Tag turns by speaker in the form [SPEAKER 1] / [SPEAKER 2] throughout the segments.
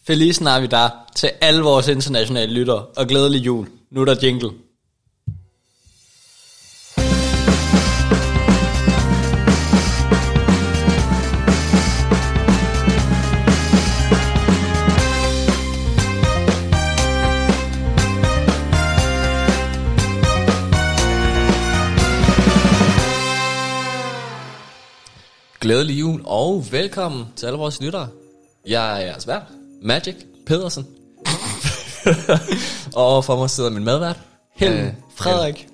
[SPEAKER 1] Feliz Navidad til alle vores internationale lyttere, og glædelig jul. Nu er der jingle.
[SPEAKER 2] Glædelig jul og velkommen til alle vores lyttere. Jeg er jeres vært, Magic Pedersen. Og for mig sidder min medvært,
[SPEAKER 1] Frederik.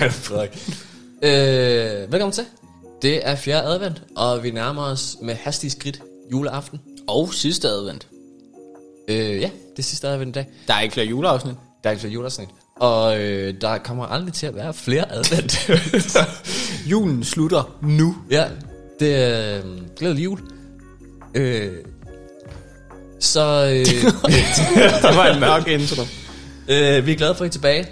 [SPEAKER 2] Velkommen til. Det er 4. advent, og vi nærmer os med hastige skridt juleaften.
[SPEAKER 1] Og sidste advent.
[SPEAKER 2] Ja, det er sidste advent i dag.
[SPEAKER 1] Der er ikke flere juleafsnit.
[SPEAKER 2] Der er ikke flere juleafsnit. Og der kommer aldrig til at være flere advent.
[SPEAKER 1] Julen slutter nu.
[SPEAKER 2] Ja, det er glædelig jul.
[SPEAKER 1] Det var en mørk intro.
[SPEAKER 2] Vi er glade for, at I er tilbage.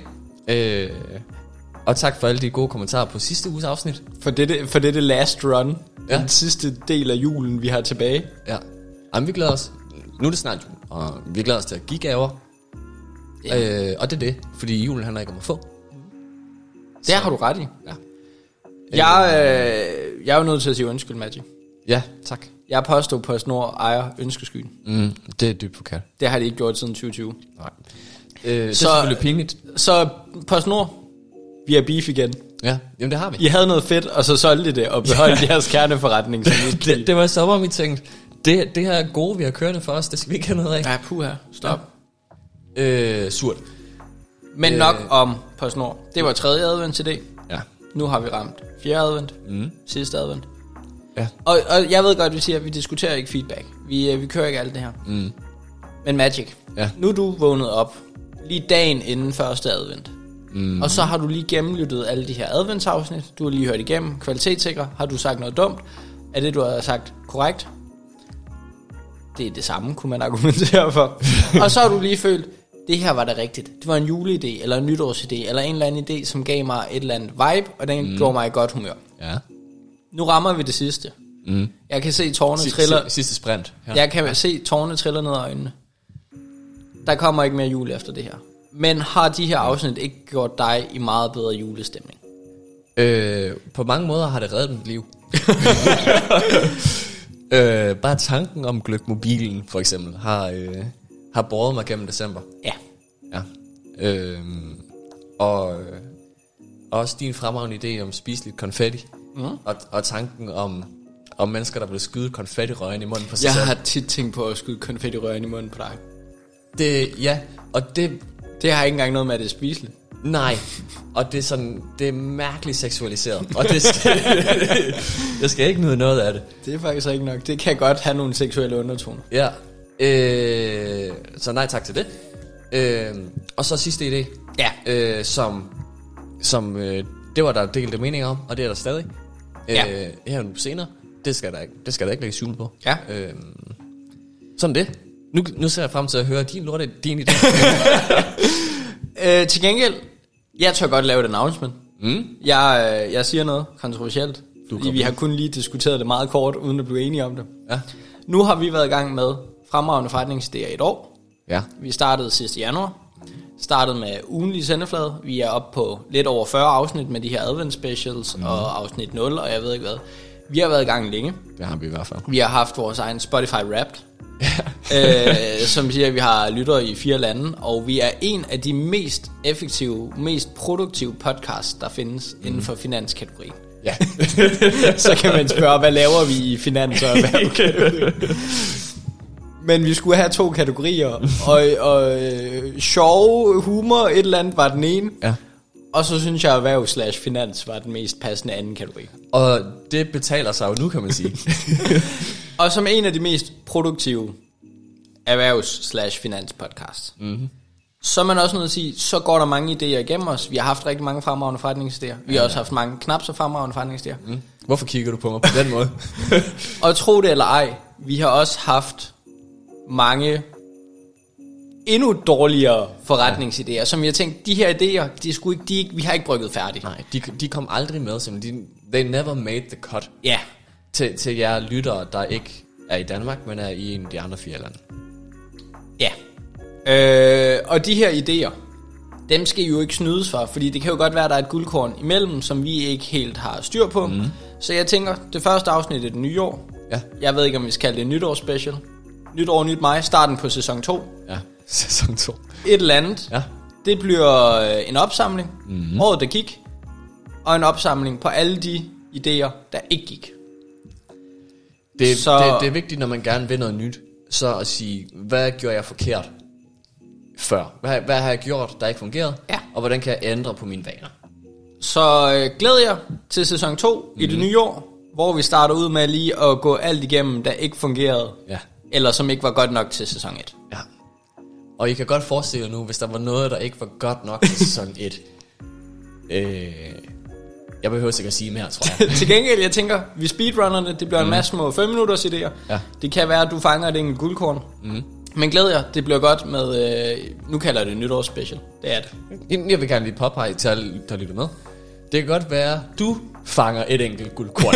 [SPEAKER 2] Og tak for alle de gode kommentarer på sidste uges afsnit.
[SPEAKER 1] For det er det last run.
[SPEAKER 2] Ja.
[SPEAKER 1] Den sidste del af julen, vi har tilbage.
[SPEAKER 2] Ja. Jamen, vi glæder os. Nu er det snart jul, og vi glæder os til at give gaver. Ja. Og det er det, fordi julen handler ikke om at få.
[SPEAKER 1] Det har du ret i.
[SPEAKER 2] Ja.
[SPEAKER 1] Jeg er jo nødt til at sige undskyld, Magic.
[SPEAKER 2] Ja, tak.
[SPEAKER 1] Jeg påstod på PostNord ejer ønskeskyen.
[SPEAKER 2] Det er dybt forkert.
[SPEAKER 1] Det har de ikke gjort siden 2020.
[SPEAKER 2] Nej. Det er selvfølgelig pinligt.
[SPEAKER 1] Så PostNord, vi er beef igen.
[SPEAKER 2] Ja, jamen det har vi.
[SPEAKER 1] I havde noget fedt, og så solgte I det, og beholdt jeres kerneforretning.
[SPEAKER 2] Det var i sommer, vi tænkte, det her gode, vi har kørende for os, det skal vi ikke have noget af.
[SPEAKER 1] Ja, puha, stop.
[SPEAKER 2] Surt.
[SPEAKER 1] Men nok om PostNord. Det var 3. advent til det.
[SPEAKER 2] Ja.
[SPEAKER 1] Nu har vi ramt 4. advent. Sidste advent.
[SPEAKER 2] Ja.
[SPEAKER 1] Og jeg ved godt, vi siger, at vi diskuterer ikke feedback. Vi kører ikke alt det her. Men Magic, nu er du vågnet op lige dagen inden 1. advent. Og så har du lige gennemlyttet alle de her adventsafsnit. Du har lige hørt igennem, kvalitetssikrer. Har du sagt noget dumt? Er det, du har sagt, korrekt? Det er det samme, kunne man argumentere for. Og så har du lige følt, det her var da rigtigt. Det var en juleidé, eller en nytårsidé, eller en eller anden idé, som gav mig et eller andet vibe, og den gjorde mig i godt humør.
[SPEAKER 2] Ja.
[SPEAKER 1] Nu rammer vi det sidste. Jeg kan se tårerne triller.
[SPEAKER 2] Sidste sprint. Ja.
[SPEAKER 1] Jeg kan se tårerne triller ned ad øjnene. Der kommer ikke mere jul efter det her. Men har de her afsnit ikke gjort dig i meget bedre julestemning?
[SPEAKER 2] På mange måder har det reddet mit liv. Bare tanken om Gløgmobilen for eksempel har båret mig gennem december.
[SPEAKER 1] Ja.
[SPEAKER 2] Og også din fremragende idé om spiseligt konfetti. Og tanken om mennesker, der vil skyde konfettirøgen i munden på sig
[SPEAKER 1] Jeg
[SPEAKER 2] selv.
[SPEAKER 1] har tit tænkt på at skyde konfettirøgen i munden på dig. Det har ikke engang noget med, at det er spiseligt.
[SPEAKER 2] Nej, og det er sådan, det er mærkeligt seksualiseret. Og jeg skal ikke nyde noget af det. Det
[SPEAKER 1] er faktisk ikke nok. Det kan godt have nogle seksuelle undertoner.
[SPEAKER 2] Ja. Så nej tak til det. Og så sidste idé.
[SPEAKER 1] Ja.
[SPEAKER 2] Som det var der delte mening om, og det er der stadig. Her nu senere. Det skal der ikke lægge skjul på.
[SPEAKER 1] Ja.
[SPEAKER 2] Sådan det. Nu ser jeg frem til at høre din idé.
[SPEAKER 1] Til gengæld, jeg tør godt lave et announcement. Jeg siger noget kontroversielt, fordi vi har kun lige diskuteret det meget kort, uden at blive enige om det.
[SPEAKER 2] Ja.
[SPEAKER 1] Nu har vi været i gang med fremragende forretningsidéer i et år.
[SPEAKER 2] Ja.
[SPEAKER 1] Vi startede sidste januar. Startede med ugenlige sendeflade. Vi er oppe på lidt over 40 afsnit med de her advent specials og afsnit 0, og jeg ved ikke hvad. Vi har været i gang længe.
[SPEAKER 2] Det har vi i hvert fald.
[SPEAKER 1] Vi har haft vores egen Spotify Wrapped. Som siger, at vi har lyttere i 4 lande, og vi er en af de mest effektive, mest produktive podcasts, der findes inden for finanskategorien.
[SPEAKER 2] Ja.
[SPEAKER 1] Så kan man spørge, hvad laver vi i finans og erhverv? Men vi skulle have 2 kategorier, og sjov, humor, et eller andet var den ene.
[SPEAKER 2] Ja.
[SPEAKER 1] Og så synes jeg, at erhverv/finans var den mest passende anden kategori.
[SPEAKER 2] Og det betaler sig jo nu, kan man sige.
[SPEAKER 1] Og som en af de mest produktive erhvervs/finans podcasts, så er man også nødt til at sige, så går der mange idéer igennem os. Vi har haft rigtig mange fremragende forretningsidéer. Vi har også haft mange knap så fremragende forretningsidéer.
[SPEAKER 2] Hvorfor kigger du på mig på den måde?
[SPEAKER 1] Og tro det eller ej, vi har også haft mange endnu dårligere forretningsidéer, som jeg tænkte, de her idéer, vi har ikke brygget færdigt.
[SPEAKER 2] Nej, de kom aldrig med, simpelthen. They never made the cut.
[SPEAKER 1] Ja.
[SPEAKER 2] Til jer lyttere, der ikke er i Danmark, men er i en af de andre 4 lande.
[SPEAKER 1] Ja. Og de her idéer, dem skal I jo ikke snydes for, fordi det kan jo godt være, at der er et guldkorn imellem, som vi ikke helt har styr på. Så jeg tænker, det første afsnit er det nye år.
[SPEAKER 2] Ja.
[SPEAKER 1] Jeg ved ikke, om vi skal kalde det nytårsspecial. Nyt år, nyt mig. Starten på sæson 2.
[SPEAKER 2] Ja, sæson 2.
[SPEAKER 1] Et eller andet.
[SPEAKER 2] Ja.
[SPEAKER 1] Det bliver en opsamling. Året, der gik. Og en opsamling på alle de idéer, der ikke gik.
[SPEAKER 2] Det er vigtigt, når man gerne vil noget nyt, så at sige, hvad gjorde jeg forkert før? Hvad har jeg gjort, der ikke fungerede?
[SPEAKER 1] Ja.
[SPEAKER 2] Og hvordan kan jeg ændre på mine vaner?
[SPEAKER 1] Så glæder jeg til sæson 2 i det nye år, hvor vi starter ud med lige at gå alt igennem, der ikke fungerede.
[SPEAKER 2] Ja.
[SPEAKER 1] Eller som ikke var godt nok til sæson 1.
[SPEAKER 2] Ja. Og I kan godt forestille jer nu, hvis der var noget, der ikke var godt nok til sæson 1. Jeg behøver sikkert at sige mere, tror jeg.
[SPEAKER 1] Til gengæld, jeg tænker, vi speedrunnerne, det bliver en masse små 5 minutters idéer. Ja. Det kan være, at du fanger et enkelt guldkorn. Men glæd jer, det bliver godt med, nu kalder jeg det nytårsspecial. Det er det.
[SPEAKER 2] Jeg vil gerne lige påpege til alle, der lytter med. Det kan godt være, du fanger et enkelt guldkorn.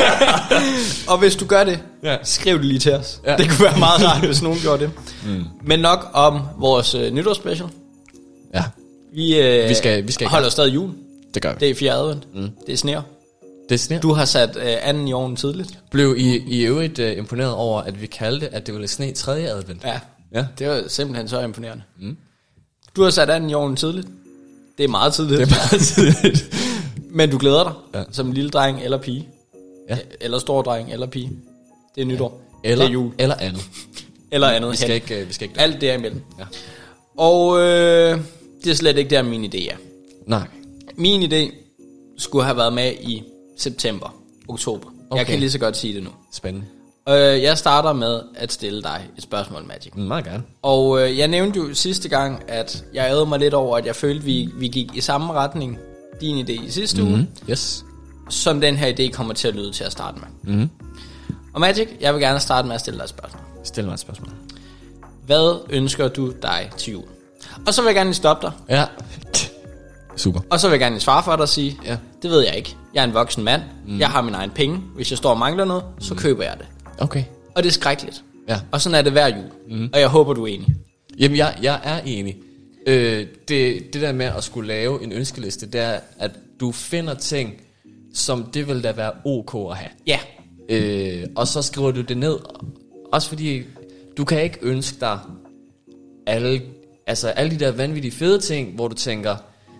[SPEAKER 1] Og hvis du gør det, skriv det lige til os.
[SPEAKER 2] Ja.
[SPEAKER 1] Det kunne være meget rart, hvis nogen gjorde det. Men nok om vores nytårsspecial.
[SPEAKER 2] Ja.
[SPEAKER 1] Vi
[SPEAKER 2] skal
[SPEAKER 1] holder stadig jul.
[SPEAKER 2] Det gør vi.
[SPEAKER 1] Det er 4. advent. Det er sner.
[SPEAKER 2] Det er sner.
[SPEAKER 1] Du har sat anden i ovnen tidligt.
[SPEAKER 2] Blev I øvrigt imponeret over, at vi kaldte, at det ville sne 3. advent?
[SPEAKER 1] Ja, det var simpelthen så imponerende. Du har sat anden i ovnen tidligt. Det er meget tidligt.
[SPEAKER 2] Det er meget tidligt.
[SPEAKER 1] Men du glæder dig, som lille dreng eller pige.
[SPEAKER 2] Ja.
[SPEAKER 1] Eller stor dreng eller pige. Det er nytår.
[SPEAKER 2] Eller,
[SPEAKER 1] det er jul.
[SPEAKER 2] Eller andet.
[SPEAKER 1] Eller andet.
[SPEAKER 2] Vi skal ikke
[SPEAKER 1] alt det er imellem. Ja. Og det er slet ikke der min idé er.
[SPEAKER 2] Nej.
[SPEAKER 1] Min idé skulle have været med i september, oktober. Okay. Jeg kan lige så godt sige det nu.
[SPEAKER 2] Spændende.
[SPEAKER 1] Jeg starter med at stille dig et spørgsmål, Magic.
[SPEAKER 2] Meget gerne.
[SPEAKER 1] Og jeg nævnte jo sidste gang, at jeg ærede mig lidt over, at jeg følte, vi gik i samme retning, din idé i sidste uge,
[SPEAKER 2] yes.
[SPEAKER 1] som den her idé kommer til at lyde til at starte med. Og Magic, jeg vil gerne starte med at stille dig et spørgsmål.
[SPEAKER 2] Stil mig et spørgsmål.
[SPEAKER 1] Hvad ønsker du dig til jul? Og så vil jeg gerne lige stoppe dig.
[SPEAKER 2] Ja. Super.
[SPEAKER 1] Og så vil jeg gerne lige svare for dig og sige, det ved jeg ikke. Jeg er en voksen mand. Jeg har mine egne penge. Hvis jeg står og mangler noget, så køber jeg det.
[SPEAKER 2] Okay.
[SPEAKER 1] Og det er skrækkeligt.
[SPEAKER 2] Ja.
[SPEAKER 1] Og sådan er det hver jul. Og jeg håber, du er enig.
[SPEAKER 2] Jamen, jeg er enig. Det der med at skulle lave en ønskeliste, det er, at du finder ting, som det vil da være ok at have.
[SPEAKER 1] Ja.
[SPEAKER 2] Og så skriver du det ned. Også fordi, du kan ikke ønske dig alle de der vanvittige fede ting, hvor du tænker,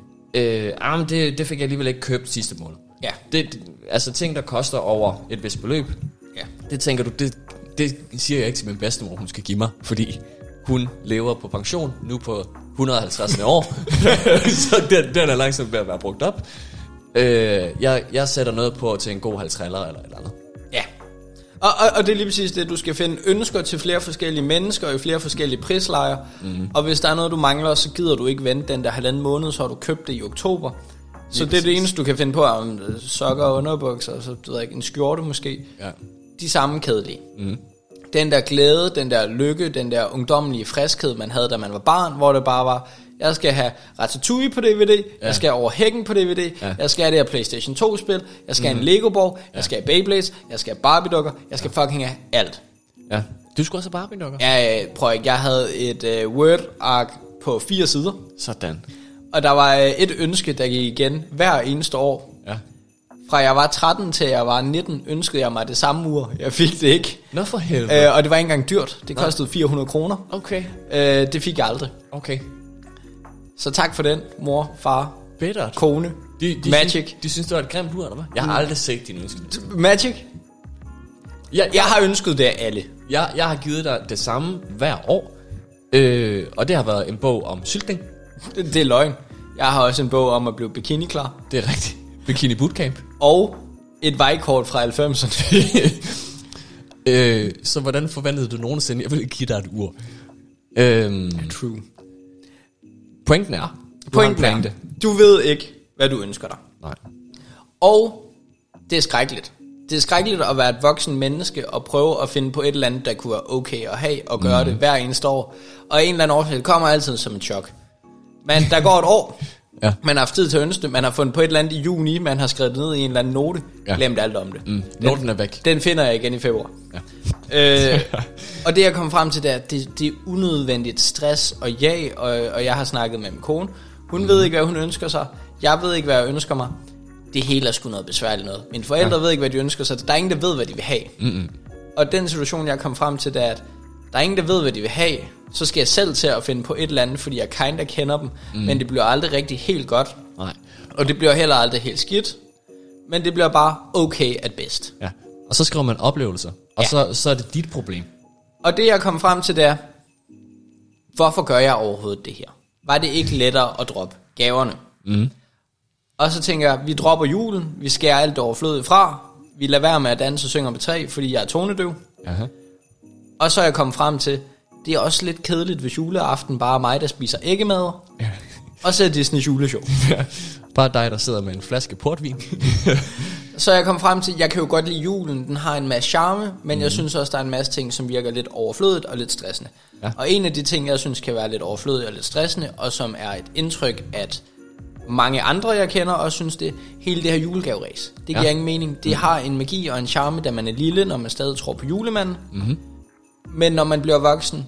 [SPEAKER 2] det fik jeg alligevel ikke købt sidste måned.
[SPEAKER 1] Ja.
[SPEAKER 2] Altså ting, der koster over et vist beløb.
[SPEAKER 1] Ja.
[SPEAKER 2] Det tænker du, det siger jeg ikke til min bedstemor, hun skal give mig, fordi hun lever på pension nu på 150 år. Så den er langsomt ved at være brugt op. Jeg sætter noget på til en god 50 eller et eller andet.
[SPEAKER 1] Ja. Og det er lige præcis det, du skal finde ønsker til flere forskellige mennesker i flere forskellige prislejer. Og hvis der er noget, du mangler, så gider du ikke vente den der 1,5 måned, så har du købt det i oktober. Så det er det eneste, du kan finde på, om sokker og underbukser, så du ved ikke, en skjorte måske. Ja. De samme kedelige. Den der glæde, den der lykke, den der ungdommelige friskhed, man havde, da man var barn, hvor det bare var, jeg skal have Ratatouille på DVD, jeg skal over hækken på DVD, jeg skal have det her PlayStation 2-spil, jeg skal have en Lego-borg, jeg skal have Beyblades, jeg skal have Barbie-dukker, jeg skal fucking have alt.
[SPEAKER 2] Ja. Du skulle også have Barbie-dukker?
[SPEAKER 1] Ja, prøv ikke, jeg havde et Word-ark på 4 sider.
[SPEAKER 2] Sådan.
[SPEAKER 1] Og der var et ønske, der gik igen hver eneste år. Ja. Fra jeg var 13 til jeg var 19, ønskede jeg mig det samme ur. Jeg fik det ikke.
[SPEAKER 2] Nå for helvede.
[SPEAKER 1] Og det var ikke engang dyrt. Det kostede 400 kroner.
[SPEAKER 2] Okay.
[SPEAKER 1] Det fik jeg aldrig.
[SPEAKER 2] Okay.
[SPEAKER 1] Så tak for den, mor, far,
[SPEAKER 2] Bittert.
[SPEAKER 1] Kone, Magic.
[SPEAKER 2] De synes, det var et grimt ur, eller hvad? Jeg har aldrig set din ønske.
[SPEAKER 1] Magic? Jeg har ønsket det af alle.
[SPEAKER 2] Jeg har givet dig det samme hver år. Og det har været en bog om syltning.
[SPEAKER 1] Det er løgn. Jeg har også en bog om at blive bikini klar.
[SPEAKER 2] Det er rigtigt. Bikini bootcamp.
[SPEAKER 1] Og et vejkort fra 90'erne.
[SPEAKER 2] Så hvordan forventede du nogensinde, jeg vil ikke give dig et ur?
[SPEAKER 1] True.
[SPEAKER 2] Pointen er,
[SPEAKER 1] du ved ikke, hvad du ønsker dig.
[SPEAKER 2] Nej.
[SPEAKER 1] Og det er skrækkeligt. Det er skrækkeligt at være et voksen menneske og prøve at finde på et eller andet, der kunne være okay at have og gøre det hver eneste år. Og en eller anden årsag, det kommer altid som et chok. Men der går et år,
[SPEAKER 2] Ja.
[SPEAKER 1] Man har haft tid til at ønske det. Man har fundet på et eller andet i juni. Man har skrevet det ned i en eller anden note. Glemt alt om det.
[SPEAKER 2] Noten er væk.
[SPEAKER 1] Den finder jeg igen i februar. Ja. Og det jeg kom frem til, det er, at det er unødvendigt stress og jag. Og jeg har snakket med min kone. Hun ved ikke, hvad hun ønsker sig. Jeg ved ikke, hvad jeg ønsker mig. Det hele er sgu noget besværligt noget. Mine forældre ved ikke, hvad de ønsker sig. Der er ingen, der ved, hvad de vil have. Og den situation, jeg kom frem til, det er, at der er ingen, der ved, hvad de vil have. Så skal jeg selv til at finde på et eller andet, fordi jeg kinda kender dem. Men det bliver aldrig rigtig helt godt.
[SPEAKER 2] Nej.
[SPEAKER 1] Og det bliver heller aldrig helt skidt. Men det bliver bare okay at bedst.
[SPEAKER 2] Ja. Og så skriver man oplevelser. Og så er det dit problem.
[SPEAKER 1] Og det jeg kom frem til, det er, hvorfor gør jeg overhovedet det her? Var det ikke lettere at droppe gaverne? Og så tænker jeg, vi dropper julen. Vi skærer alt overflødet fra. Vi lader være med at danse og synge med træ, fordi jeg er tonedøv.
[SPEAKER 2] Aha.
[SPEAKER 1] Og så er jeg kommet frem til, det er også lidt kedeligt, hvis juleaften bare er mig, der spiser æggemad. Ja. Og så er Disneys juleshow.
[SPEAKER 2] Ja. Bare dig, der sidder med en flaske portvin.
[SPEAKER 1] Så er jeg kommet frem til, jeg kan jo godt lide julen. Den har en masse charme, men jeg synes også, der er en masse ting, som virker lidt overflødigt og lidt stressende. Ja. Og en af de ting, jeg synes kan være lidt overflødigt og lidt stressende, og som er et indtryk, at mange andre, jeg kender, også synes det, hele det her julegaveræs. Det giver ingen mening. Det har en magi og en charme, da man er lille, når man stadig tror på julemanden. Men når man bliver voksen,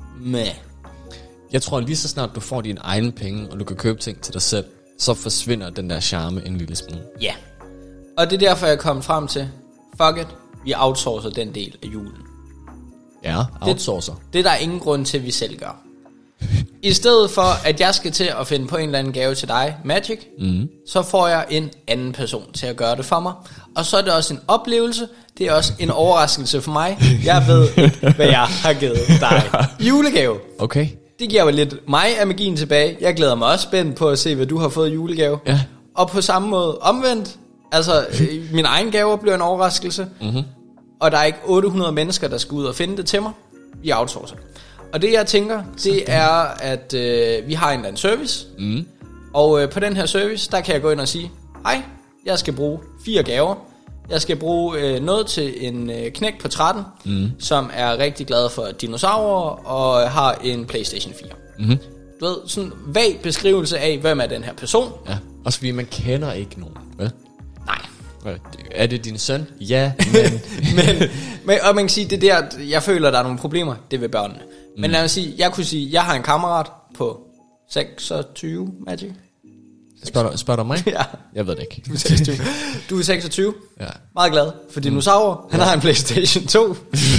[SPEAKER 2] Jeg tror lige så snart du får dine egne penge, og du kan købe ting til dig selv, så forsvinder den der charme en lille smule.
[SPEAKER 1] Ja. Og det er derfor, jeg er kommet frem til, fuck it, vi outsourcer den del af julen.
[SPEAKER 2] Ja, outsourcer.
[SPEAKER 1] Det er der ingen grund til, at vi selv gør. I stedet for, at jeg skal til at finde på en eller anden gave til dig, Magic, så får jeg en anden person til at gøre det for mig. Og så er det også en oplevelse. Det er også en overraskelse for mig. Jeg ved ikke, hvad jeg har givet dig. Julegave.
[SPEAKER 2] Okay.
[SPEAKER 1] Det giver jo lidt mig af magien tilbage. Jeg glæder mig også spændt på at se, hvad du har fået i julegave.
[SPEAKER 2] Ja.
[SPEAKER 1] Og på samme måde omvendt. Altså, min egen gaver bliver en overraskelse. Og der er ikke 800 mennesker, der skal ud og finde det til mig. Vi outsourcer. Og det jeg tænker, det er, at vi har en eller anden service. Og på den her service, der kan jeg gå ind og sige, hej, jeg skal bruge 4 gaver. Jeg skal bruge noget til en knægt på 13, som er rigtig glad for dinosaurer og har en PlayStation 4. Du ved, sådan en vag beskrivelse af, hvem er den her person.
[SPEAKER 2] Ja, også fordi man kender ikke nogen, vel?
[SPEAKER 1] Nej.
[SPEAKER 2] Er det din søn? Ja,
[SPEAKER 1] men og man kan sige, det der, jeg føler, der er nogle problemer, det er ved børnene. Men lad mig sige, jeg kunne sige, jeg har en kammerat på 26, Magic.
[SPEAKER 2] Spørger du mig?
[SPEAKER 1] Ja.
[SPEAKER 2] Jeg ved det ikke.
[SPEAKER 1] Du er 26. Du er 26.
[SPEAKER 2] Ja.
[SPEAKER 1] Meget glad for dinosaurer. Han har en PlayStation 2.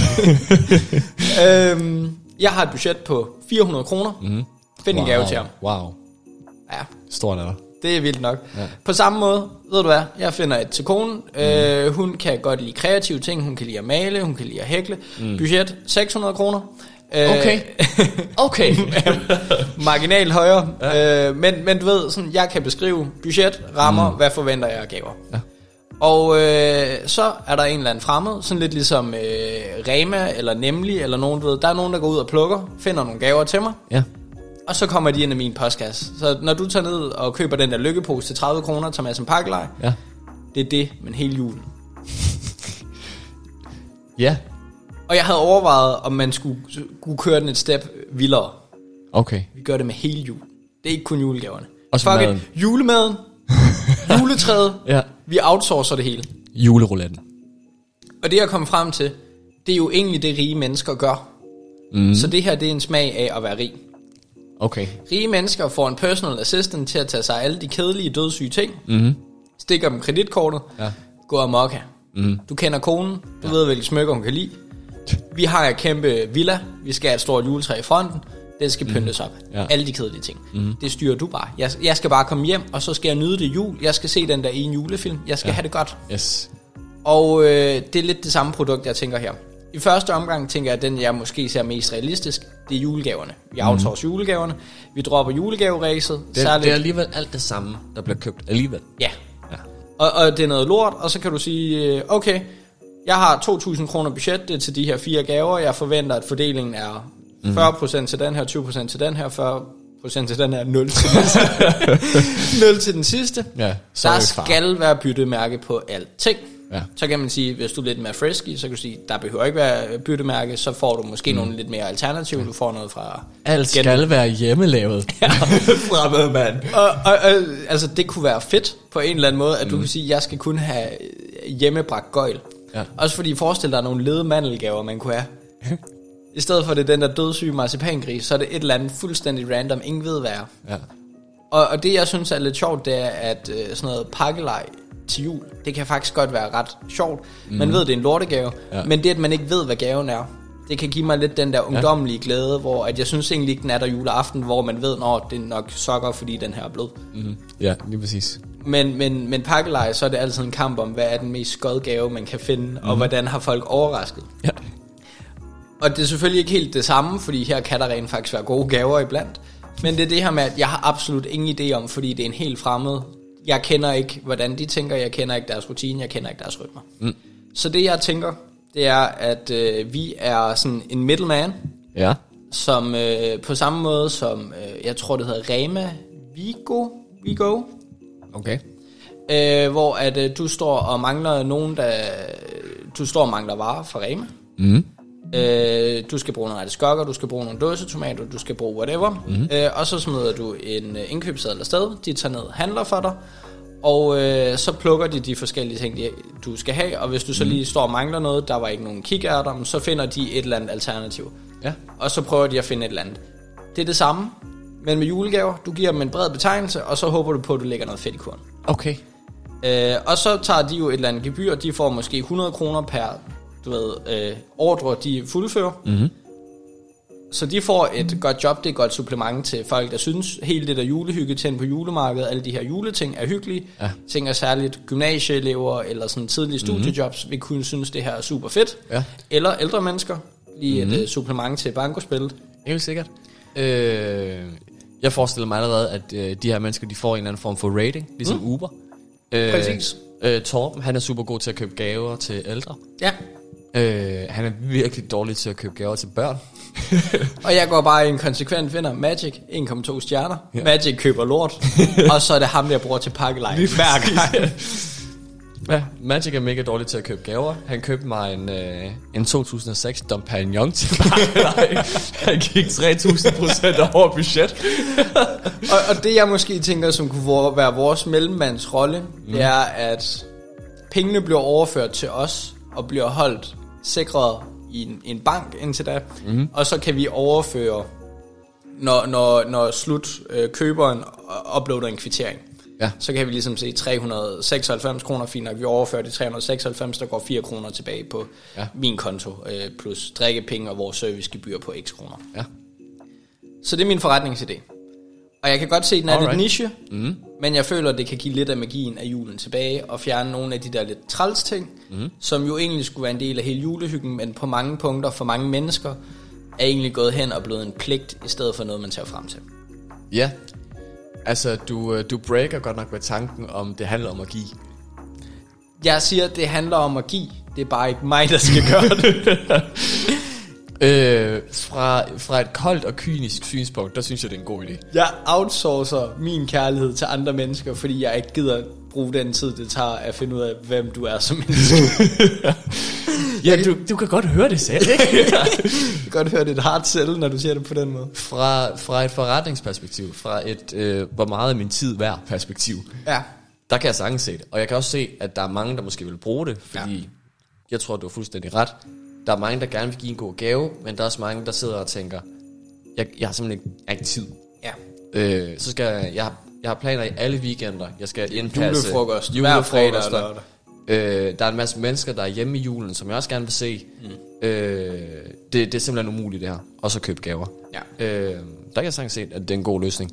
[SPEAKER 1] Jeg har et budget på 400 kroner. Find en gave til ham.
[SPEAKER 2] Wow.
[SPEAKER 1] Ja.
[SPEAKER 2] Stort er der.
[SPEAKER 1] Det er vildt nok. Ja. På samme måde, ved du hvad, jeg finder et til konen. Hun kan godt lide kreative ting. Hun kan lide at male, hun kan lide at hækle. Budget 600 kroner.
[SPEAKER 2] Okay.
[SPEAKER 1] Marginalt højere. Ja. Men du ved, sådan, jeg kan beskrive budget, rammer, hvad forventer jeg af gaver. Ja. Og så er der en eller anden fremmed, sådan lidt ligesom Rema eller Nemlig eller nogen, du ved. Der er nogen, der går ud og plukker, finder nogle gaver til mig. Ja. Og så kommer de ind i min postkasse. Så når du tager ned og køber den der lykkepose til 30 kroner, tager med som pakkelej, det er det, men hele julen.
[SPEAKER 2] Ja.
[SPEAKER 1] Og jeg havde overvejet, om man skulle køre den et step vildere.
[SPEAKER 2] Okay.
[SPEAKER 1] Vi gør det med hele jul. Det er ikke kun julegaverne.
[SPEAKER 2] Og så maden.
[SPEAKER 1] Julemaden, juletræet, vi outsourcer det hele.
[SPEAKER 2] Julerouletten.
[SPEAKER 1] Og det jeg kommer frem til, det er jo egentlig det rige mennesker gør. Så det her, det er en smag af at være rig.
[SPEAKER 2] Okay.
[SPEAKER 1] Rige mennesker får en personal assistant til at tage sig af alle de kedelige, dødssyge ting. Stikker dem kreditkortet. Gå amok her. Du kender konen. Du ved, hvilke smykker hun kan lide. Vi har en kæmpe villa. Vi skal have et stort juletræ i fronten. Den skal pyntes op. Alle de kedelige ting. Det styrer du bare. Jeg skal bare komme hjem, og så skal jeg nyde det jul. Jeg skal se den der ene julefilm. Jeg skal have det godt.
[SPEAKER 2] Yes.
[SPEAKER 1] Og det er lidt det samme produkt, jeg tænker her. I første omgang tænker jeg, at den jeg måske ser mest realistisk, det er julegaverne. Vi outsourcer julegaverne. Vi dropper julegaveræset.
[SPEAKER 2] Det er alligevel alt det samme, der bliver købt alligevel.
[SPEAKER 1] Ja. Og det er noget lort, og så kan du sige, okay, jeg har 2.000 kroner budget, det er til de her 4 gaver. Jeg forventer, at fordelingen er 40% til den her, 20% til den her, 40% til den her, 0 til den sidste. 0 til den sidste.
[SPEAKER 2] Ja,
[SPEAKER 1] der skal være byttemærke på alting.
[SPEAKER 2] Ja.
[SPEAKER 1] Så kan man sige, hvis du er lidt mere frisky, så kan du sige, der behøver ikke være byttemærke, så får du måske nogle lidt mere alternativ. Du får noget fra...
[SPEAKER 2] Alt skal være hjemmelavet. Fremmed mand.
[SPEAKER 1] Og altså, det kunne være fedt på en eller anden måde, at du kan sige, at jeg skal kun have hjemmebragt gøjl. Ja. Også fordi forestil dig nogle lede mandelgaver, man kunne have. I stedet for det den der dødssyge marcipangris, så er det et eller andet fuldstændig random, ingen ved hvad er.
[SPEAKER 2] Ja.
[SPEAKER 1] Og det jeg synes er lidt sjovt, det er at sådan noget pakkelej til jul, det kan faktisk godt være ret sjovt. Man ved, det er en lortegave, men det at man ikke ved hvad gaven er, det kan give mig lidt den der ungdommelige glæde, hvor at jeg synes egentlig ikke den er der juleaften, hvor man ved, når det er nok sokker, fordi den her er blød.
[SPEAKER 2] Ja, lige præcis.
[SPEAKER 1] Men pakkelej, så er det altid en kamp om, hvad er den mest skød gave, man kan finde, og hvordan har folk overrasket. Ja. Og det er selvfølgelig ikke helt det samme, fordi her kan der rent faktisk være gode gaver iblandt. Men det er det her med, at jeg har absolut ingen idé om, fordi det er en helt fremmed. Jeg kender ikke, hvordan de tænker, jeg kender ikke deres rutine, jeg kender ikke deres rytmer. Så det jeg tænker, det er, at vi er sådan en middleman, som på samme måde som, jeg tror det hedder Rema Vigo.
[SPEAKER 2] Okay.
[SPEAKER 1] Hvor at du står og mangler nogen, du står og mangler varer fra Rema. Du skal bruge nogle artiskokker, du skal bruge nogle dåsetomater, du skal bruge whatever. Og så smider du en indkøbsseddel afsted, de tager ned og handler for dig. Og så plukker de forskellige ting, du skal have. Og hvis du så lige står og mangler noget, der var ikke nogen kikærter, så finder de et eller andet alternativ. Ja. Og så prøver de at finde et eller andet. Det er det samme, men med julegaver. Du giver dem en bred betegnelse, og så håber du på, at du lægger noget fedt i kurven.
[SPEAKER 2] Okay.
[SPEAKER 1] Og så tager de jo et eller andet gebyr. De får måske 100 kroner per ordre, de fuldfører. Så de får et godt job. Det er et godt supplement til folk, der synes hele det der julehygge tænd på julemarkedet, alle de her juleting er hyggelige. Ja. Tænker særligt gymnasieelever eller sådan tidlige studiejobs vil kunne synes det her er super fedt. Ja. Eller ældre mennesker lige et supplement til bankospillet.
[SPEAKER 2] Helt sikkert. Jeg forestiller mig allerede, at de her mennesker de får en eller anden form for rating, ligesom Uber.
[SPEAKER 1] Præcis.
[SPEAKER 2] Torben, han er super god til at købe gaver til ældre.
[SPEAKER 1] Ja.
[SPEAKER 2] Han er virkelig dårlig til at købe gaver til børn.
[SPEAKER 1] Og jeg går bare i en konsekvent vinder. Magic, 1,2 stjerner. Ja. Magic køber lort. Og så er det ham, jeg bruger til pakkelej hver gang.
[SPEAKER 2] Ja, Magic er mega dårlig til at købe gaver. Han købte mig en 2006 Dom Perignon til pakkelej. Han gik 3.000% over budget.
[SPEAKER 1] og det jeg måske tænker, som kunne være vores mellemmands rolle, det er, at pengene bliver overført til os og bliver holdt sikret i en bank indtil da. Og så kan vi overføre, når køberen uploader en kvittering. Ja. Så kan vi ligesom se 396 kroner, fint nok. Vi overfører de 396, der går 4 kroner tilbage på min konto, plus drikkepenge og vores servicegebyr på x kroner. Ja. Så det er min forretningsidé. Og jeg kan godt se, at den er lidt niche, men jeg føler, at det kan give lidt af magien af julen tilbage, og fjerne nogle af de der lidt træls ting, som jo egentlig skulle være en del af hele julehyggen, men på mange punkter for mange mennesker, er egentlig gået hen og blevet en pligt, i stedet for noget, man tager frem til.
[SPEAKER 2] Ja, altså du breaker godt nok med tanken om, det handler om at give.
[SPEAKER 1] Jeg siger, at det handler om at give, det er bare ikke mig, der skal gøre det.
[SPEAKER 2] Fra et koldt og kynisk synspunkt, der synes jeg, det er en god idé.
[SPEAKER 1] Jeg outsourcer min kærlighed til andre mennesker, fordi jeg ikke gider bruge den tid, det tager at finde ud af, hvem du er som menneske.
[SPEAKER 2] Ja, du kan godt høre det selv, ikke?
[SPEAKER 1] Jeg kan godt høre det et hardt selv, når du siger det på den måde.
[SPEAKER 2] Fra et forretningsperspektiv, fra et hvor meget af min tid værd perspektiv, der kan jeg sagtens se det. Og jeg kan også se, at der er mange, der måske vil bruge det, fordi jeg tror, du har fuldstændig ret. Der er mange, der gerne vil give en god gave, men der er også mange, der sidder og tænker, jeg har simpelthen ikke tid. Ja. Så skal jeg har planer i alle weekender. Jeg skal indpasse
[SPEAKER 1] julefrokost
[SPEAKER 2] hver fredag. Der er en masse mennesker, der er hjemme i julen, som jeg også gerne vil se. Det er simpelthen umuligt det her. Og så købe gaver. Ja. Der kan jeg sagtens se, at det er en god løsning.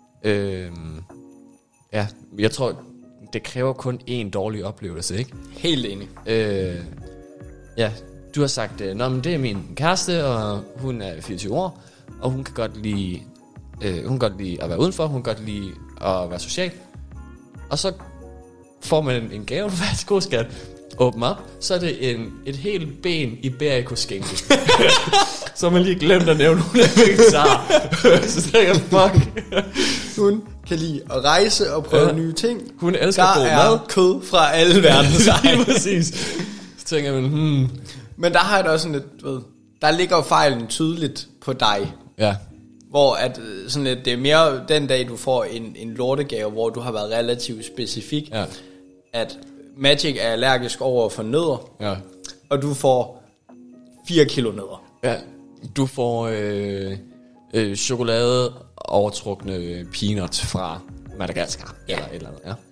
[SPEAKER 2] Jeg tror, det kræver kun én dårlig oplevelse, ikke?
[SPEAKER 1] Helt enig.
[SPEAKER 2] Ja. Du har sagt, men det er min kæreste, og hun er 24 år, og hun kan godt lide, at være udenfor, hun kan godt lide at være social. Og så får man en gave, værsgo skat, åbn op, så er det et helt ben iberico-skænke. Så har man lige glemt at nævne, hun er vegetar. Så tænker jeg, fuck.
[SPEAKER 1] Hun kan lide at rejse og prøve nye ting.
[SPEAKER 2] Hun elsker god mad.
[SPEAKER 1] Der er kød fra alle verdens egne.
[SPEAKER 2] Præcis. Så tænker man,
[SPEAKER 1] Men der har jeg da også sådan lidt, der ligger fejlen tydeligt på dig.
[SPEAKER 2] Ja.
[SPEAKER 1] Hvor at, sådan lidt, det er mere den dag, du får en lortegave, hvor du har været relativt specifik.
[SPEAKER 2] Ja.
[SPEAKER 1] At Magic er allergisk over for nødder.
[SPEAKER 2] Ja.
[SPEAKER 1] Og du får 4 kilo nødder.
[SPEAKER 2] Ja. Du får chokolade overtrukne peanuts fra Madagaskar.
[SPEAKER 1] Ja.
[SPEAKER 2] Eller et eller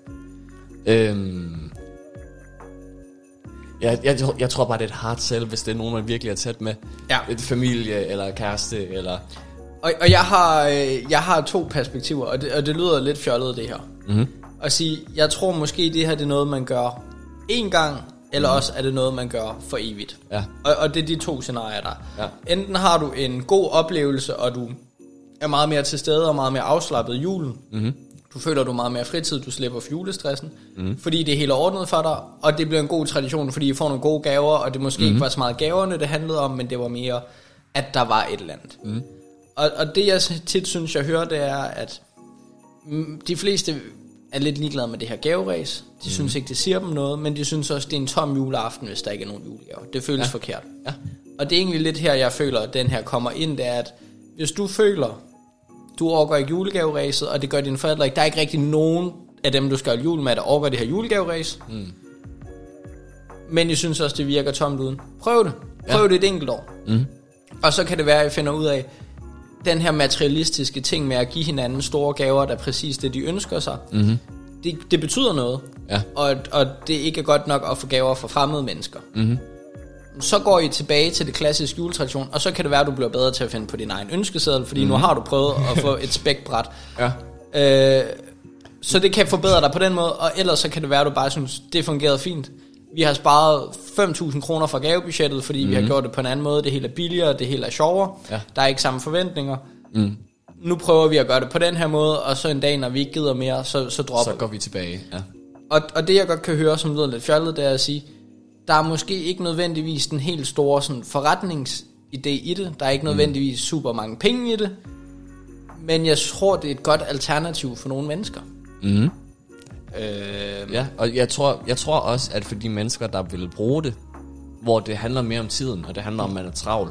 [SPEAKER 2] andet, Jeg tror bare, det er et hard sell, hvis det er nogen, man virkelig er tæt med.
[SPEAKER 1] Ja.
[SPEAKER 2] Et familie, eller kæreste, eller...
[SPEAKER 1] Og jeg har 2 perspektiver, og det lyder lidt fjollet, det her.
[SPEAKER 2] Mm-hmm.
[SPEAKER 1] At sige, jeg tror måske, det her det er noget, man gør én gang, eller også er det noget, man gør for evigt.
[SPEAKER 2] Ja.
[SPEAKER 1] Og det er de 2 scenarier, der.
[SPEAKER 2] Ja.
[SPEAKER 1] Enten har du en god oplevelse, og du er meget mere til stede, og meget mere afslappet i julen.
[SPEAKER 2] Mm-hmm.
[SPEAKER 1] Du føler, du er meget mere fritid, du slipper for julestressen, fordi det er helt ordnet for dig, og det bliver en god tradition, fordi I får nogle gode gaver, og det måske ikke var så meget gaverne, det handlede om, men det var mere, at der var et eller andet. Mm. Og det jeg tit synes, jeg hører, det er, at de fleste er lidt ligeglade med det her gaveræs. De synes ikke, det siger dem noget, men de synes også, det er en tom juleaften, hvis der ikke er nogen julegaver. Det føles forkert. Ja. Og det er egentlig lidt her, jeg føler, at den her kommer ind, det er, at hvis du føler, du overgår ikke julegaveræset, og det gør dine forældre ikke, der er ikke rigtig nogen af dem, du skal holde jul med, der overgår det her julegaveræs. Mm. Men jeg synes også, det virker tomt uden. Prøv det. Prøv det et enkelt år. Mm. Og så kan det være, at jeg finder ud af, den her materialistiske ting med at give hinanden store gaver, der er præcis det, de ønsker sig, det betyder noget. Ja. Og det ikke er godt nok at få gaver fra fremmede mennesker. Mm-hmm. Så går I tilbage til det klassiske juletradition, og så kan det være, at du bliver bedre til at finde på din egen ønskeseddel, fordi nu har du prøvet at få et spækbræt. Ja. Så det kan forbedre dig på den måde, og ellers så kan det være, at du bare synes, det fungerede fint. Vi har sparet 5.000 kroner fra gavebudgettet, fordi vi har gjort det på en anden måde. Det hele er billigere, det hele er sjovere. Ja. Der er ikke samme forventninger. Mm. Nu prøver vi at gøre det på den her måde, og så en dag, når vi ikke gider mere, så dropper
[SPEAKER 2] så går vi tilbage. Ja.
[SPEAKER 1] Og det jeg godt kan høre, som lyder lidt fjollet, det er at sige, der er måske ikke nødvendigvis den helt store sådan, forretningsidé i det. Der er ikke nødvendigvis super mange penge i det. Men jeg tror, det er et godt alternativ for nogle mennesker.
[SPEAKER 2] Mhm. Ja, og jeg tror også, at for de mennesker, der vil bruge det, hvor det handler mere om tiden, og det handler om, at man er travl,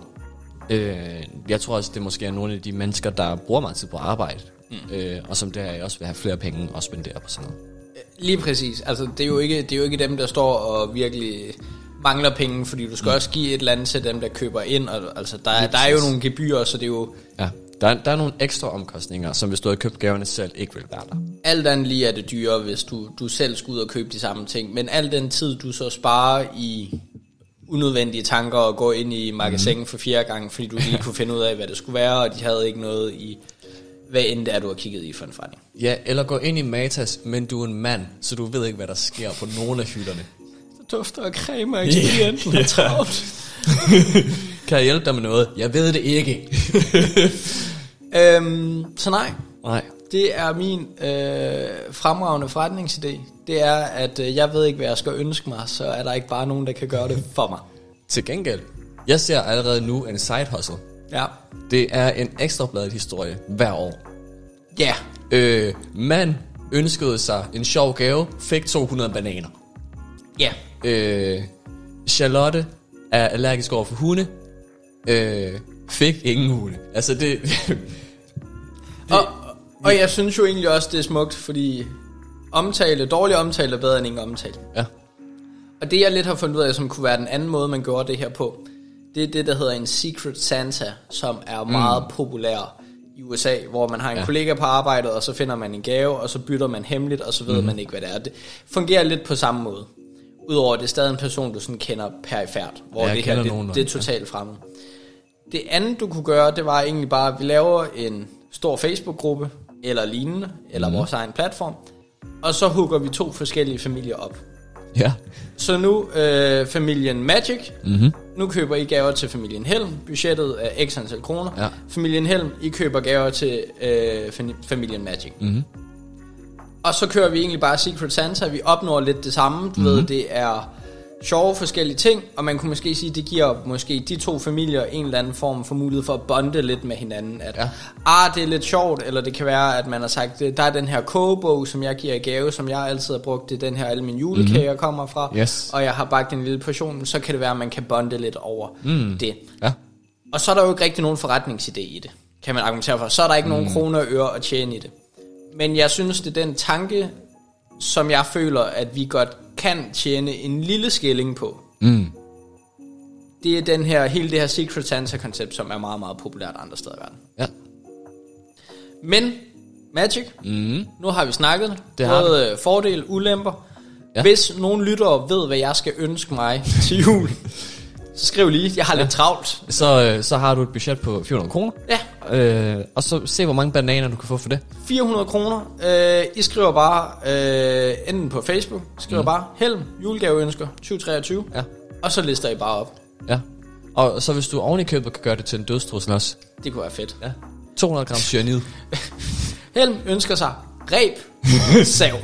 [SPEAKER 2] jeg tror også, det måske er nogle af de mennesker, der bruger meget tid på arbejde, og som der også vil have flere penge og spendere på sådan noget.
[SPEAKER 1] Lige præcis. Altså, det er jo ikke dem, der står og virkelig mangler penge, fordi du skal også give et eller andet til dem, der køber ind, og altså, der er jo nogle gebyrer, så det er jo...
[SPEAKER 2] Ja. Der er nogle ekstra omkostninger, som hvis du havde købt gaverne selv, ikke vil være der.
[SPEAKER 1] Alt andet lige er det dyre, hvis du selv skal ud og købe de samme ting. Men al den tid, du så sparer i unødvendige tanker og går ind i magasinen for 4. gang, fordi du lige kunne finde ud af, hvad det skulle være, og de havde ikke noget i, hvad end det er, du har kigget i for en forretning.
[SPEAKER 2] Ja, eller gå ind i Matas, men du er en mand, så du ved ikke, hvad der sker på nogle af hylderne.
[SPEAKER 1] Så dufter og cremer, og klienten har travlt.
[SPEAKER 2] Kan jeg hjælpe dig med noget? Jeg ved det ikke.
[SPEAKER 1] Så nej. Det er min fremragende forretningsidé. Det er, at jeg ved ikke, hvad jeg skal ønske mig, så er der ikke bare nogen, der kan gøre det for mig.
[SPEAKER 2] Til gengæld, jeg ser allerede nu en side hustle. Ja. Det er en ekstrabladet historie hver år.
[SPEAKER 1] Ja.
[SPEAKER 2] Man ønskede sig en sjov gave, fik 200 bananer.
[SPEAKER 1] Ja.
[SPEAKER 2] Charlotte er allergisk over for hunde, fik ingen hunde. Altså det...
[SPEAKER 1] Og jeg synes jo egentlig også, det er smukt, fordi dårlig omtale er bedre end ingen omtale. Ja. Og det jeg lidt har fundet ud af, som kunne være den anden måde, man gjorde det her på, det er det, der hedder en Secret Santa, som er meget populær i USA, hvor man har en kollega på arbejdet, og så finder man en gave, og så bytter man hemmeligt, og så ved man ikke, hvad det er. Det fungerer lidt på samme måde. Udover det er stadig en person, du sådan kender perifært, hvor det her, det er totalt fremmed. Det andet, du kunne gøre, det var egentlig bare, at vi laver en stor Facebook-gruppe, eller lignende, eller vores egen platform, og så hooker vi 2 forskellige familier op. Ja. Så nu familien Magic, nu køber I gaver til familien Helm, budgettet er x antal kroner. Ja. Familien Helm, I køber gaver til familien Magic. Og så kører vi egentlig bare Secret Santa, vi opnår lidt det samme, du ved, det er sjove forskellige ting, og man kunne måske sige, det giver måske de to familier en eller anden form for mulighed for at bonde lidt med hinanden. At det er lidt sjovt, eller det kan være, at man har sagt, der er den her kogebog, som jeg giver i gave, som jeg altid har brugt, det er den her, alle mine julekager kommer fra, og jeg har bagt en lille portion, så kan det være, at man kan bonde lidt over det. Ja. Og så er der jo ikke rigtig nogen forretningsidé i det, kan man argumentere for. Så er der ikke nogen kroner og øre at tjene i det. Men jeg synes, det er den tanke, som jeg føler, at vi godt kan tjene en lille skilling på. Det er den her, hele det her Secret Santa-koncept, som er meget, meget populært andre steder i verden. Ja. Men, Magic, nu har vi snakket. Det både fordele, ulemper. Ja. Hvis nogen lyttere ved, hvad jeg skal ønske mig til jul, så skriv lige, jeg har lidt travlt.
[SPEAKER 2] Så har du et budget på 400 kroner. Ja. Og så se, hvor mange bananer du kan få for det.
[SPEAKER 1] 400 kroner. I skriver bare, enten på Facebook, skriver bare, Helm, julegaveønsker 2023. Ja. Og så lister I bare op. Ja.
[SPEAKER 2] Og så hvis du oven i købet kan gøre det til en dødstrussel også.
[SPEAKER 1] Det kunne være fedt. Ja.
[SPEAKER 2] 200 gram cyanid.
[SPEAKER 1] Helm ønsker sig reb, sav,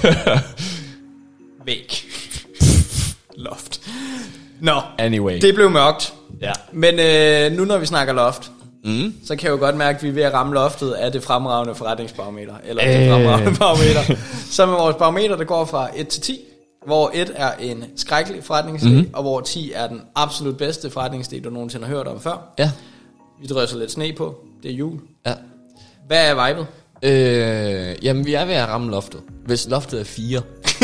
[SPEAKER 1] væg, loft.
[SPEAKER 2] Anyway.
[SPEAKER 1] Det blev mørkt. Ja. Men nu når vi snakker loft, så kan jeg jo godt mærke, at vi er ved at ramme loftet af det fremragende forretningsbarometer. Eller det fremragende barometer. Så med vores barometer, der går fra 1 til 10, hvor 1 er en skrækkelig forretningsidé, og hvor 10 er den absolut bedste forretningsidé, du nogensinde har hørt om før. Ja. Vi drøser lidt sne på. Det er jul. Ja. Hvad er vibet?
[SPEAKER 2] Jamen, vi er ved at ramme loftet. Hvis loftet er 4.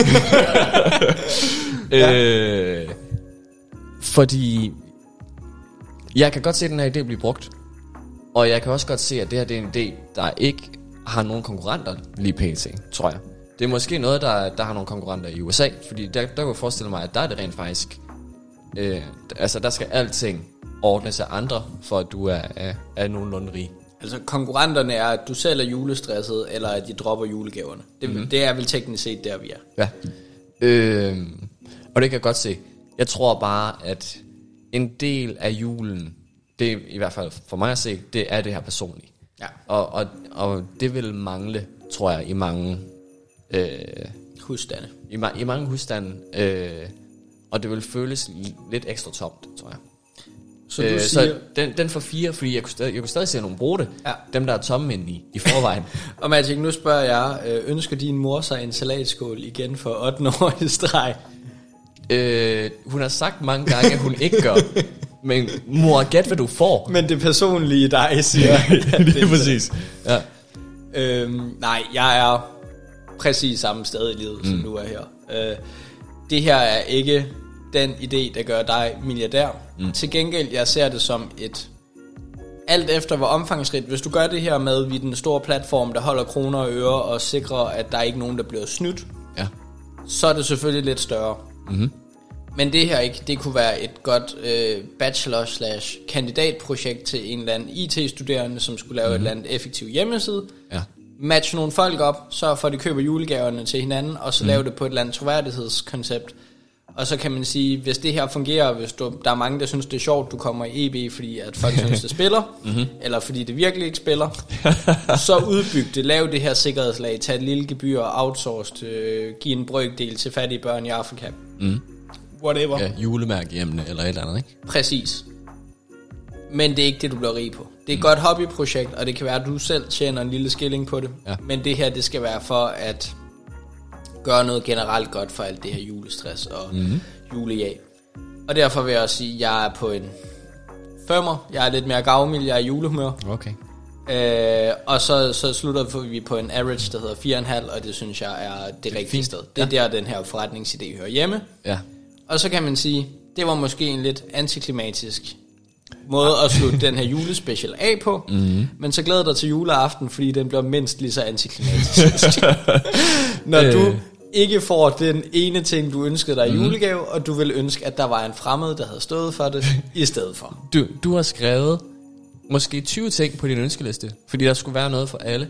[SPEAKER 2] Fordi jeg kan godt se, at den her idé bliver brugt. Og jeg kan også godt se, at det her det er en idé, der ikke har nogen konkurrenter lige pt, tror jeg. Det er måske noget, der har nogle konkurrenter i USA. Fordi der kan jeg forestille mig, at der er det rent faktisk. Altså, der skal alting ordnes af andre, for at du er nogenlunde rig.
[SPEAKER 1] Altså, konkurrenterne er, at du selv er julestresset, eller at de dropper julegaverne. Det er vel teknisk set der, vi er.
[SPEAKER 2] Ja. Og det kan jeg godt se. Jeg tror bare, at en del af julen, det er i hvert fald for mig at se, det er det her personlige. Ja. Og det vil mangle, tror jeg, i mange
[SPEAKER 1] husstande.
[SPEAKER 2] I mange husstande. Og det vil føles lidt ekstra tomt, tror jeg. Så, du siger... så den for 4, fordi jeg kunne stadig se nogen bruge det. Ja. Dem, der er tomme inde i forvejen.
[SPEAKER 1] Og Magic, nu spørger jeg, ønsker din mor sig en salatskål igen for 8 år i streg?
[SPEAKER 2] Hun har sagt mange gange, at hun ikke gør. Men mor, gæt hvad du får.
[SPEAKER 1] Men det personlige dig siger.
[SPEAKER 2] Ja, det er præcis. Ja.
[SPEAKER 1] Nej, jeg er præcis samme sted i livet, som du er her. Det her er ikke den idé, der gør dig milliardær. Til gengæld, jeg ser det som et... Alt efter hvor omfangsrigt. Hvis du gør det her med, vi den store platform, der holder kroner og øre og sikrer, at der er ikke nogen, der bliver snydt, så er det selvfølgelig lidt større. Men det her ikke, det kunne være et godt bachelor/kandidatprojekt til en eller anden IT-studerende, som skulle lave et eller andet effektiv hjemmeside. Ja. Matche nogle folk op, sørg for, at de køber julegaverne til hinanden, og så lave det på et eller andet troværdighedskoncept. Og så kan man sige, hvis det her fungerer, hvis der er mange, der synes, det er sjovt, du kommer i EB, fordi at folk synes, det spiller, eller fordi det virkelig ikke spiller, så udbyg det, lav det her sikkerhedslag, tag et lille gebyr og outsource, giv en brøkdel til fattige børn i Afrika. Whatever.
[SPEAKER 2] Ja, julemærkehjemmene eller et eller andet, ikke?
[SPEAKER 1] Præcis. Men det er ikke det, du bliver rig på. Det er et godt hobbyprojekt, og det kan være, at du selv tjener en lille skilling på det. Ja. Men det her, det skal være for at gøre noget generelt godt for alt det her julestress og julejag. Og derfor vil jeg også sige, at jeg er på en 5'er. Jeg er lidt mere gavmild, jeg er i julehumør.
[SPEAKER 2] Okay.
[SPEAKER 1] Og så slutter vi på en average, der hedder 4,5, og det synes jeg er det rigtige sted. Det er der, den her forretningsidé hører hjemme. Ja. Og så kan man sige, det var måske en lidt antiklimatisk måde at slutte den her julespecial af på, men så glæder dig til juleaften, fordi den bliver mindst lige så antiklimatisk. Når du ikke får den ene ting, du ønskede dig i julegave, og du vil ønske, at der var en fremmed, der havde stået for det, i stedet for.
[SPEAKER 2] Du har skrevet måske 20 ting på din ønskeliste, fordi der skulle være noget for alle.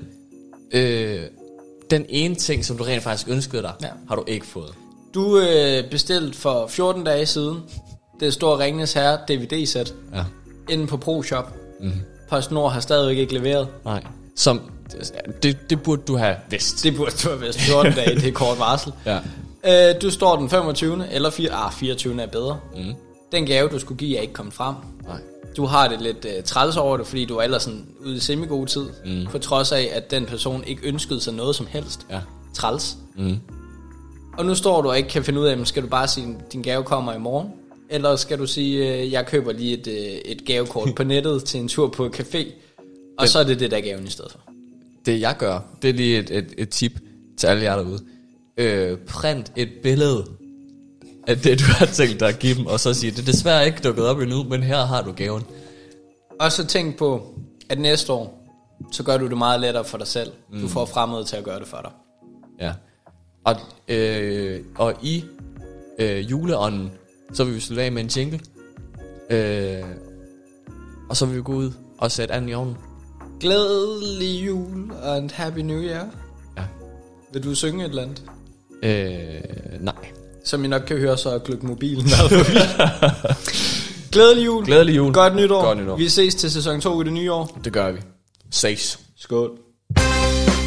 [SPEAKER 2] Den ene ting, som du rent faktisk ønskede dig, har du ikke fået.
[SPEAKER 1] Du bestilte for 14 dage siden det store Ringenes Herre DVD-sæt inde på ProShop. PostNord har stadigvæk ikke leveret.
[SPEAKER 2] Nej. Det burde du have vidst.
[SPEAKER 1] Det burde du have vidst. 14 dage, det er kort varsel. Ja. Du står den 25. eller 24. er bedre. Den gave, du skulle give, er ikke kommet frem.
[SPEAKER 2] Nej.
[SPEAKER 1] Du har det lidt træls over det, fordi du er ellers sådan ude i semi-god tid. På trods af, at den person ikke ønskede sig noget som helst.
[SPEAKER 2] Ja.
[SPEAKER 1] Træls. Og nu står du og ikke kan finde ud af, skal du bare sige, at din gave kommer i morgen? Eller skal du sige, jeg køber lige et gavekort på nettet til en tur på et café, og så er det der gaven i stedet for.
[SPEAKER 2] Det jeg gør, det er lige et tip til alle jer derude. Print et billede af det, du har tænkt dig at give dem, og så sige, det er desværre ikke dukket op endnu, men her har du gaven.
[SPEAKER 1] Og så tænk på, at næste år, så gør du det meget lettere for dig selv. Du får fremmede til at gøre det for dig.
[SPEAKER 2] Ja. Og i juleånden, så vil vi slutte af med en jingle. Og så vil vi gå ud og sætte anden i ovnen.
[SPEAKER 1] Glædelig jul og en happy new year.
[SPEAKER 2] Ja.
[SPEAKER 1] Vil du synge et eller andet?
[SPEAKER 2] Nej.
[SPEAKER 1] Som I nok kan høre, så er gløk mobilen der forbi. Glædelig jul.
[SPEAKER 2] Glædelig jul.
[SPEAKER 1] Godt nytår.
[SPEAKER 2] Godt nytår.
[SPEAKER 1] Vi ses til sæson 2 i det nye år.
[SPEAKER 2] Det gør vi. Ses.
[SPEAKER 1] Skål.